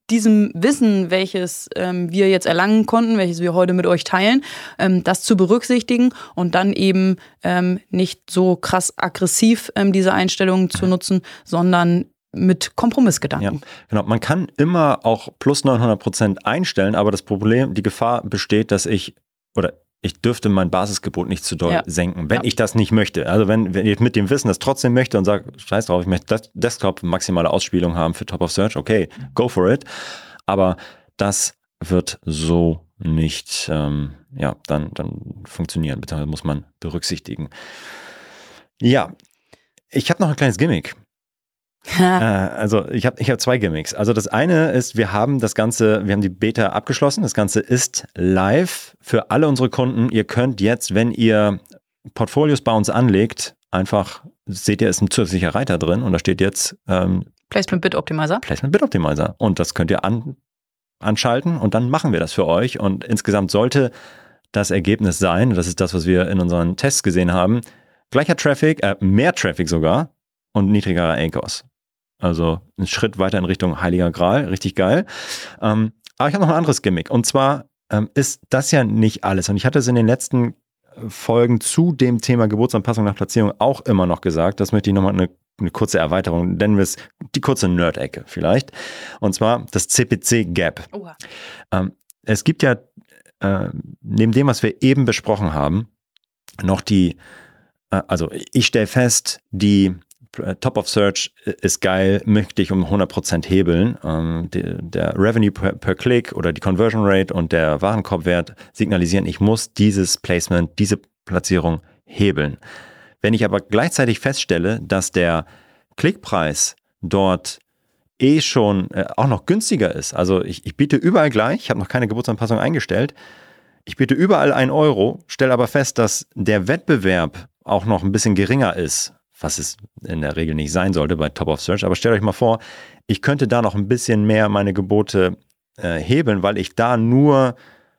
diesem Wissen, welches ähm, wir jetzt erlangen konnten, welches wir heute mit euch teilen, ähm, das zu berücksichtigen und dann eben ähm, nicht so krass aggressiv ähm, diese Einstellungen zu nutzen, sondern mit Kompromissgedanken. Ja, genau. Man kann immer auch plus neunhundert Prozent einstellen, aber das Problem, die Gefahr besteht, dass ich, oder ich dürfte mein Basisgebot nicht zu doll ja. senken, wenn ja. ich das nicht möchte. Also wenn, wenn ich mit dem Wissen das trotzdem möchte und sage, scheiß drauf, ich möchte Desktop maximale Ausspielung haben für Top of Search, okay, go for it. Aber das wird so nicht ähm, ja, dann, dann funktionieren, beziehungsweise muss man berücksichtigen. Ja, ich habe noch ein kleines Gimmick. äh, also ich habe ich hab zwei Gimmicks. Also das eine ist, wir haben das Ganze, wir haben die Beta abgeschlossen. Das Ganze ist live für alle unsere Kunden. Ihr könnt jetzt, wenn ihr Portfolios bei uns anlegt, einfach, seht ihr, ist ein zusätzlicher Reiter drin und da steht jetzt ähm, Placement Bid Optimizer. Placement Bid Optimizer. Und das könnt ihr an, anschalten und dann machen wir das für euch. Und insgesamt sollte das Ergebnis sein, und das ist das, was wir in unseren Tests gesehen haben, gleicher Traffic, äh, mehr Traffic sogar und niedrigerer A C O S. Also ein Schritt weiter in Richtung Heiliger Gral, richtig geil. Ähm, aber ich habe noch ein anderes Gimmick. Und zwar ähm, ist das ja nicht alles. Und ich hatte es in den letzten Folgen zu dem Thema Geburtsanpassung nach Platzierung auch immer noch gesagt. Das möchte ich nochmal eine, eine kurze Erweiterung, nennen wir es die kurze Nerd-Ecke vielleicht. Und zwar das C P C-Gap. Ähm, es gibt ja äh, neben dem, was wir eben besprochen haben, noch die, äh, also ich stelle fest, die Top of Search ist geil, möchte ich um hundert Prozent hebeln. Ähm, der, der Revenue per, per Click oder die Conversion Rate und der Warenkorbwert signalisieren, ich muss dieses Placement, diese Platzierung hebeln. Wenn ich aber gleichzeitig feststelle, dass der Klickpreis dort eh schon äh, auch noch günstiger ist, also ich, ich biete überall gleich, ich habe noch keine Geburtsanpassung eingestellt, ich biete überall ein Euro, stelle aber fest, dass der Wettbewerb auch noch ein bisschen geringer ist, was es in der Regel nicht sein sollte bei Top of Search. Aber stellt euch mal vor, ich könnte da noch ein bisschen mehr meine Gebote äh, hebeln, weil ich da nur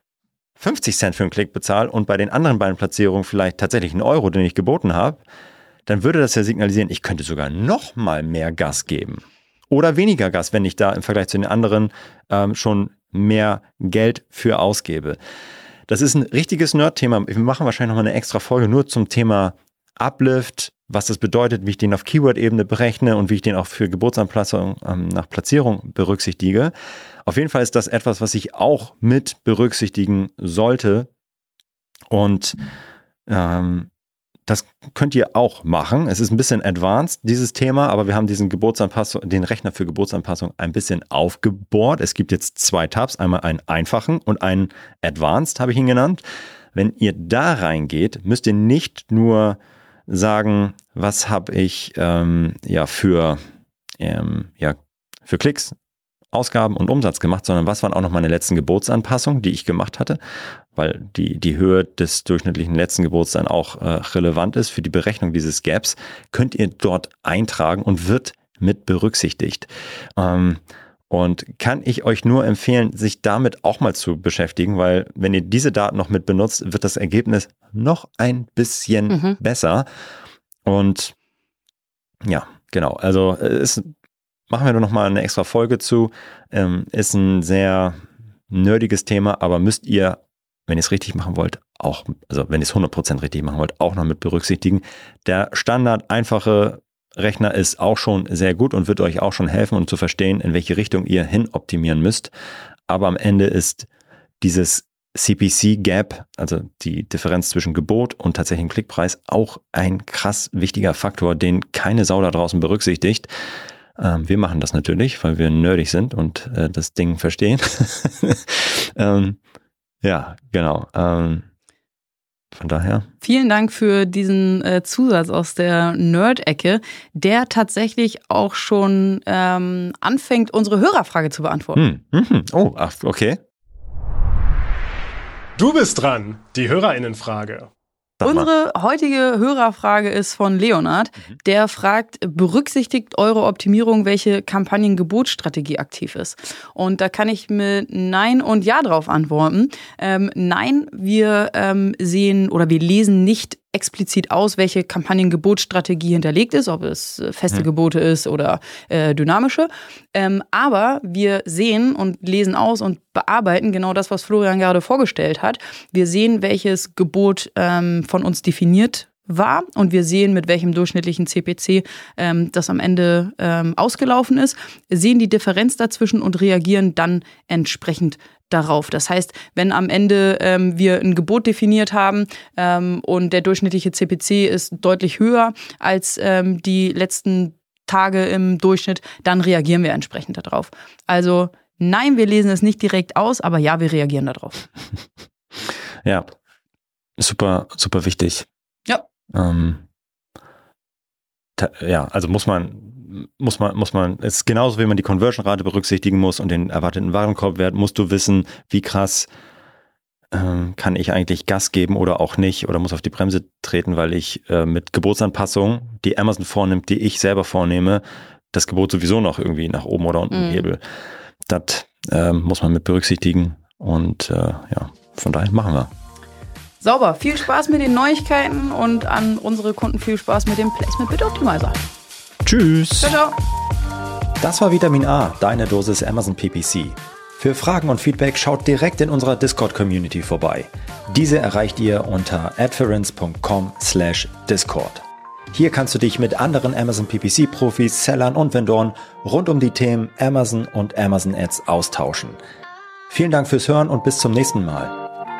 fünfzig Cent für einen Klick bezahle und bei den anderen beiden Platzierungen vielleicht tatsächlich einen Euro, den ich geboten habe, dann würde das ja signalisieren, ich könnte sogar noch mal mehr Gas geben. Oder weniger Gas, wenn ich da im Vergleich zu den anderen ähm, schon mehr Geld für ausgebe. Das ist ein richtiges Nerd-Thema. Wir machen wahrscheinlich noch mal eine extra Folge nur zum Thema Uplift, was das bedeutet, wie ich den auf Keyword-Ebene berechne und wie ich den auch für Geburtsanpassung ähm, nach Platzierung berücksichtige. Auf jeden Fall ist das etwas, was ich auch mit berücksichtigen sollte. Und ähm, das könnt ihr auch machen. Es ist ein bisschen advanced, dieses Thema, aber wir haben diesen Geburtsanpassung, den Rechner für Geburtsanpassung ein bisschen aufgebohrt. Es gibt jetzt zwei Tabs, einmal einen einfachen und einen advanced, habe ich ihn genannt. Wenn ihr da reingeht, müsst ihr nicht nur sagen, was habe ich ähm, ja für ähm, ja für Klicks, Ausgaben und Umsatz gemacht, sondern was waren auch noch meine letzten Geburtsanpassungen, die ich gemacht hatte, weil die die Höhe des durchschnittlichen letzten Geburts dann auch äh, relevant ist für die Berechnung dieses Gaps, könnt ihr dort eintragen und wird mit berücksichtigt. Ähm, Und kann ich euch nur empfehlen, sich damit auch mal zu beschäftigen, weil wenn ihr diese Daten noch mit benutzt, wird das Ergebnis noch ein bisschen mhm. besser. Und ja, genau. Also ist, machen wir noch mal eine extra Folge zu. Ähm, ist ein sehr nerdiges Thema, aber müsst ihr, wenn ihr es richtig machen wollt, auch, also wenn ihr es hundert Prozent richtig machen wollt, auch noch mit berücksichtigen. Der Standard einfache Rechner ist auch schon sehr gut und wird euch auch schon helfen, um zu verstehen, in welche Richtung ihr hin optimieren müsst. Aber am Ende ist dieses C P C-Gap, also die Differenz zwischen Gebot und tatsächlichen Klickpreis, auch ein krass wichtiger Faktor, den keine Sau da draußen berücksichtigt. Ähm, wir machen das natürlich, weil wir nerdig sind und äh, das Ding verstehen. ähm, ja, genau. Ähm, Von daher. Vielen Dank für diesen äh, Zusatz aus der Nerd-Ecke, der tatsächlich auch schon ähm, anfängt, unsere Hörerfrage zu beantworten. Hm, hm, oh, ach, okay. Du bist dran, die HörerInnenfrage. Unsere heutige Hörerfrage ist von Leonard. Mhm. Der fragt, berücksichtigt eure Optimierung, welche Kampagnengebotsstrategie aktiv ist? Und da kann ich mit Nein und Ja drauf antworten. Ähm, nein, wir ähm, sehen oder wir lesen nicht explizit aus, welche Kampagnengebotsstrategie hinterlegt ist, ob es feste hm. Gebote ist oder äh, dynamische. Ähm, aber wir sehen und lesen aus und bearbeiten genau das, was Florian gerade vorgestellt hat. Wir sehen, welches Gebot ähm, von uns definiert war und wir sehen, mit welchem durchschnittlichen C P C ähm, das am Ende ähm, ausgelaufen ist, sehen die Differenz dazwischen und reagieren dann entsprechend darauf. Das heißt, wenn am Ende ähm, wir ein Gebot definiert haben ähm, und der durchschnittliche C P C ist deutlich höher als ähm, die letzten Tage im Durchschnitt, dann reagieren wir entsprechend darauf. Also nein, wir lesen es nicht direkt aus, aber ja, wir reagieren darauf. Ja, super, super wichtig. Ja. Ähm, ta- ja, also muss man, muss man, muss man, es ist genauso, wie man die Conversion-Rate berücksichtigen muss und den erwarteten Warenkorbwert, musst du wissen, wie krass ähm, kann ich eigentlich Gas geben oder auch nicht oder muss auf die Bremse treten, weil ich äh, mit Gebotsanpassungen, die Amazon vornimmt, die ich selber vornehme, das Gebot sowieso noch irgendwie nach oben oder unten Mhm. hebel. Das ähm, muss man mit berücksichtigen und äh, ja, von daher machen wir. Sauber. Viel Spaß mit den Neuigkeiten und an unsere Kunden viel Spaß mit dem Placement Bid Optimizer. Tschüss. Ciao, ciao. Das war Vitamin A, deine Dosis Amazon P P C. Für Fragen und Feedback schaut direkt in unserer Discord-Community vorbei. Diese erreicht ihr unter adference punkt com slash discord. Hier kannst du dich mit anderen Amazon P P C-Profis, Sellern und Vendoren rund um die Themen Amazon und Amazon Ads austauschen. Vielen Dank fürs Hören und bis zum nächsten Mal.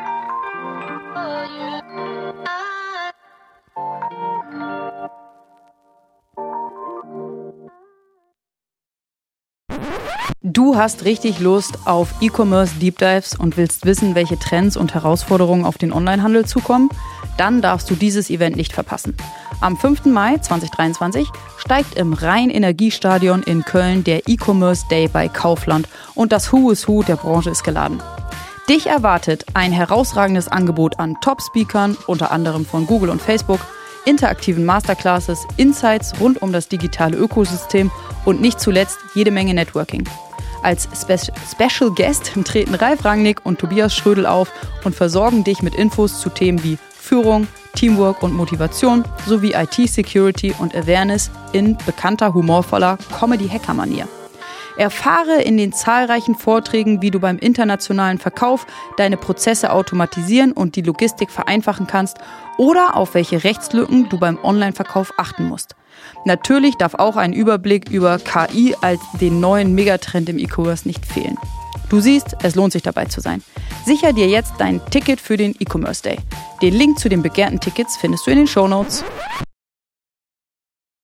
Du hast richtig Lust auf E-Commerce Deep Dives und willst wissen, welche Trends und Herausforderungen auf den Onlinehandel zukommen? Dann darfst du dieses Event nicht verpassen. Am fünften Mai zweitausenddreiundzwanzig steigt im Rhein-Energiestadion in Köln der E-Commerce Day bei Kaufland und das Who is Who der Branche ist geladen. Dich erwartet ein herausragendes Angebot an Top-Speakern, unter anderem von Google und Facebook, interaktiven Masterclasses, Insights rund um das digitale Ökosystem und nicht zuletzt jede Menge Networking. Als Spe- Special Guest treten Ralf Rangnick und Tobias Schrödel auf und versorgen dich mit Infos zu Themen wie Führung, Teamwork und Motivation sowie I T-Security und Awareness in bekannter, humorvoller Comedy-Hacker-Manier. Erfahre in den zahlreichen Vorträgen, wie du beim internationalen Verkauf deine Prozesse automatisieren und die Logistik vereinfachen kannst oder auf welche Rechtslücken du beim Online-Verkauf achten musst. Natürlich darf auch ein Überblick über K I als den neuen Megatrend im E-Commerce nicht fehlen. Du siehst, es lohnt sich dabei zu sein. Sicher dir jetzt dein Ticket für den E-Commerce Day. Den Link zu den begehrten Tickets findest du in den Shownotes.